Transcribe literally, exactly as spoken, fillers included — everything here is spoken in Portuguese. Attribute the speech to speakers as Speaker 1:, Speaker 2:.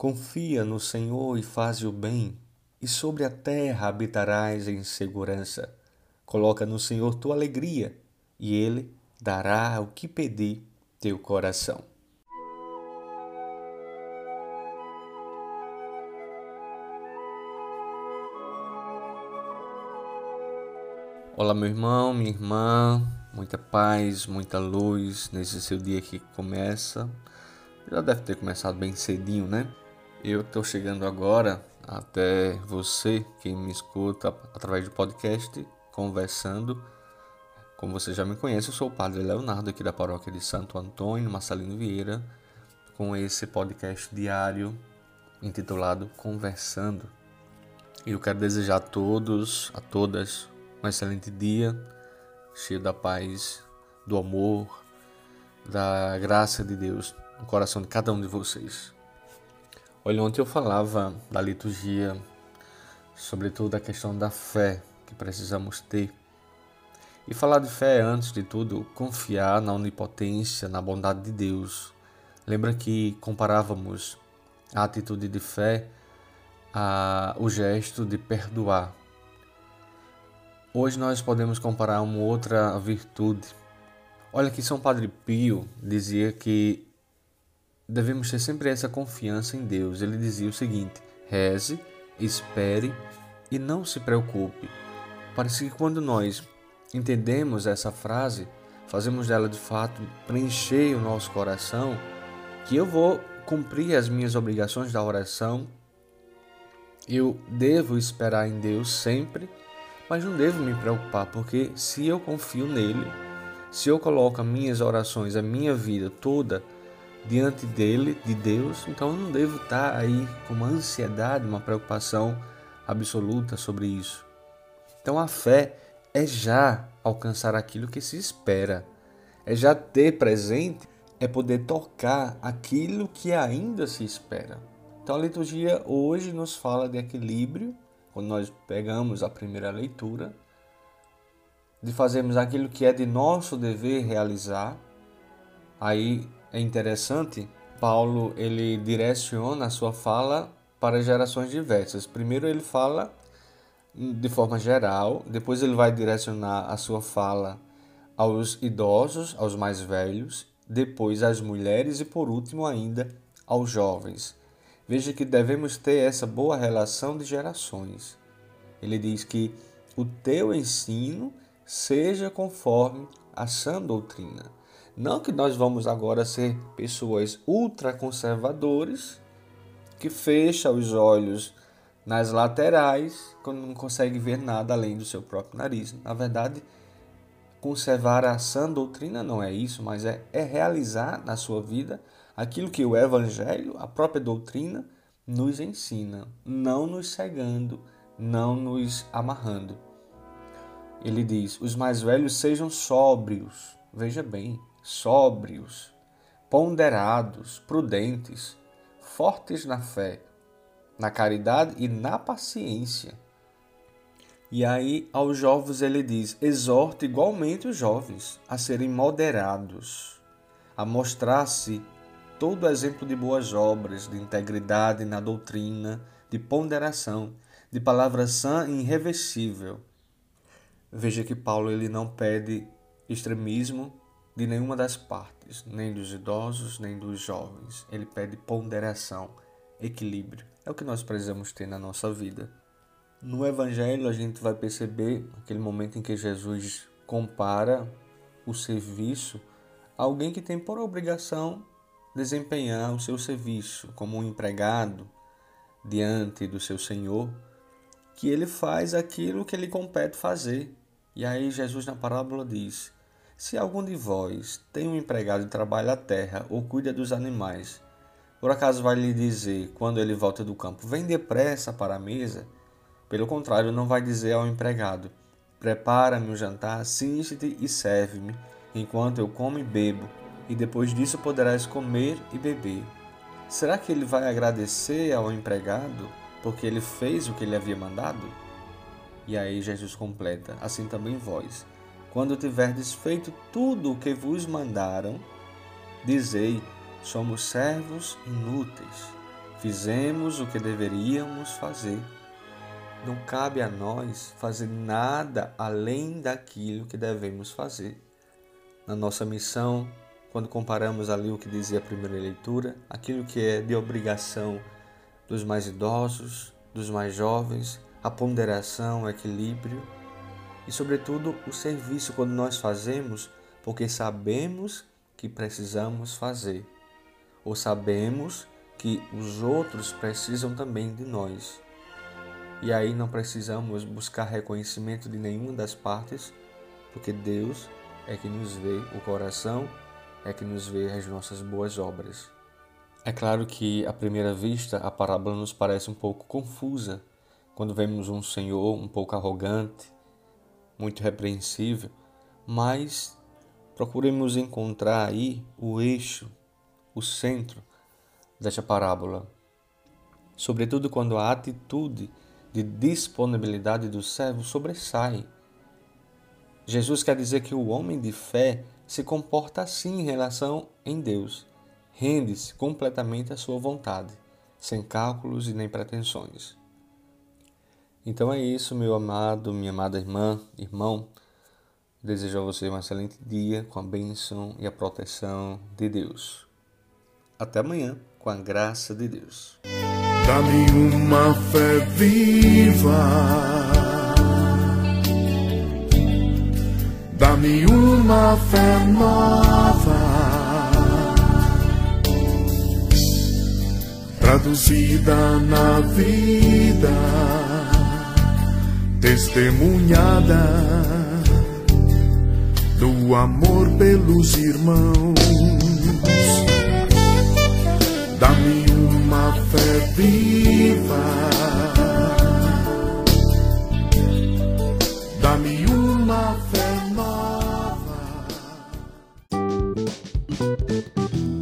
Speaker 1: Confia no Senhor e faze o bem, e sobre a terra habitarás em segurança. Coloca no Senhor tua alegria, e Ele dará o que pedir teu coração. Olá, meu irmão, minha irmã, muita paz, muita luz nesse seu dia que começa. Já deve ter começado bem cedinho, né? Eu estou chegando agora até você, quem me escuta através do podcast, conversando. Como você já me conhece, eu sou o Padre Leonardo, aqui da paróquia de Santo Antônio, Marcelino Vieira, com esse podcast diário intitulado Conversando. E eu quero desejar a todos, a todas, um excelente dia, cheio da paz, do amor, da graça de Deus no coração de cada um de vocês. Olha, ontem eu falava da liturgia, sobretudo a questão da fé que precisamos ter. E falar de fé é, antes de tudo, confiar na onipotência, na bondade de Deus. Lembra que comparávamos a atitude de fé ao gesto de perdoar. Hoje nós podemos comparar uma outra virtude. Olha que São Padre Pio dizia que devemos ter sempre essa confiança em Deus. Ele dizia o seguinte: reze, espere e não se preocupe. Parece que quando nós entendemos essa frase, fazemos dela de fato preencher o nosso coração, que eu vou cumprir as minhas obrigações da oração, eu devo esperar em Deus sempre, mas não devo me preocupar, porque se eu confio nele, se eu coloco as minhas orações, a minha vida toda diante dele, de Deus, então eu não devo estar aí com uma ansiedade, uma preocupação absoluta sobre isso. Então a fé é já alcançar aquilo que se espera, é já ter presente, é poder tocar aquilo que ainda se espera. Então a liturgia hoje nos fala de equilíbrio, quando nós pegamos a primeira leitura, de fazermos aquilo que é de nosso dever realizar. Aí é interessante, Paulo ele direciona a sua fala para gerações diversas. Primeiro ele fala de forma geral, depois ele vai direcionar a sua fala aos idosos, aos mais velhos, depois às mulheres e por último ainda aos jovens. Veja que devemos ter essa boa relação de gerações. Ele diz que o teu ensino seja conforme a sã doutrina. Não que nós vamos agora ser pessoas ultraconservadores que fecham os olhos nas laterais, quando não consegue ver nada além do seu próprio nariz. Na verdade, conservar a sã doutrina não é isso, mas é, é realizar na sua vida aquilo que o Evangelho, a própria doutrina, nos ensina, não nos cegando, não nos amarrando. Ele diz: os mais velhos sejam sóbrios, veja bem, sóbrios, ponderados, prudentes, fortes na fé, na caridade e na paciência. E aí, aos jovens ele diz: exorta igualmente os jovens a serem moderados, a mostrar-se todo exemplo de boas obras, de integridade na doutrina, de ponderação, de palavra sã e irreversível. Veja que Paulo ele não pede extremismo de nenhuma das partes, nem dos idosos, nem dos jovens. Ele pede ponderação, equilíbrio. É o que nós precisamos ter na nossa vida. No Evangelho a gente vai perceber aquele momento em que Jesus compara o serviço a alguém que tem por obrigação desempenhar o seu serviço como um empregado diante do seu Senhor, que ele faz aquilo que lhe compete fazer. E aí Jesus na parábola diz: se algum de vós tem um empregado e trabalha a terra ou cuida dos animais, por acaso vai lhe dizer, quando ele volta do campo, vem depressa para a mesa? Pelo contrário, não vai dizer ao empregado, prepara-me o jantar, cinge-te e serve-me, enquanto eu como e bebo, e depois disso poderás comer e beber. Será que ele vai agradecer ao empregado porque ele fez o que ele havia mandado? E aí Jesus completa: assim também vós, quando tiverdes feito tudo o que vos mandaram, dizei, somos servos inúteis, Fizemos o que deveríamos fazer. Não cabe a nós fazer nada além daquilo que devemos fazer. Na nossa missão, quando comparamos ali o que dizia a primeira leitura, aquilo que é de obrigação dos mais idosos, dos mais jovens, a ponderação, o equilíbrio e, sobretudo, o serviço quando nós fazemos porque sabemos que precisamos fazer ou sabemos que os outros precisam também de nós. E aí não precisamos buscar reconhecimento de nenhuma das partes, porque Deus é que nos vê o coração, é que nos vê as nossas boas obras. É claro que, à primeira vista, a parábola nos parece um pouco confusa, quando vemos um Senhor um pouco arrogante, muito repreensível, mas procuremos encontrar aí o eixo, o centro desta parábola. Sobretudo quando a atitude de disponibilidade do servo sobressai. Jesus quer dizer que o homem de fé se comporta assim em relação em Deus. Rende-se completamente à sua vontade, sem cálculos e nem pretensões. Então é isso, meu amado, minha amada irmã, irmão. Desejo a você um excelente dia com a bênção e a proteção de Deus. Até amanhã, com a graça de Deus.
Speaker 2: Dá-me uma fé viva, dá-me uma fé nova, traduzida na vida, testemunhada do amor pelos irmãos. Dá-me uma fé viva, dá-me uma fé nova.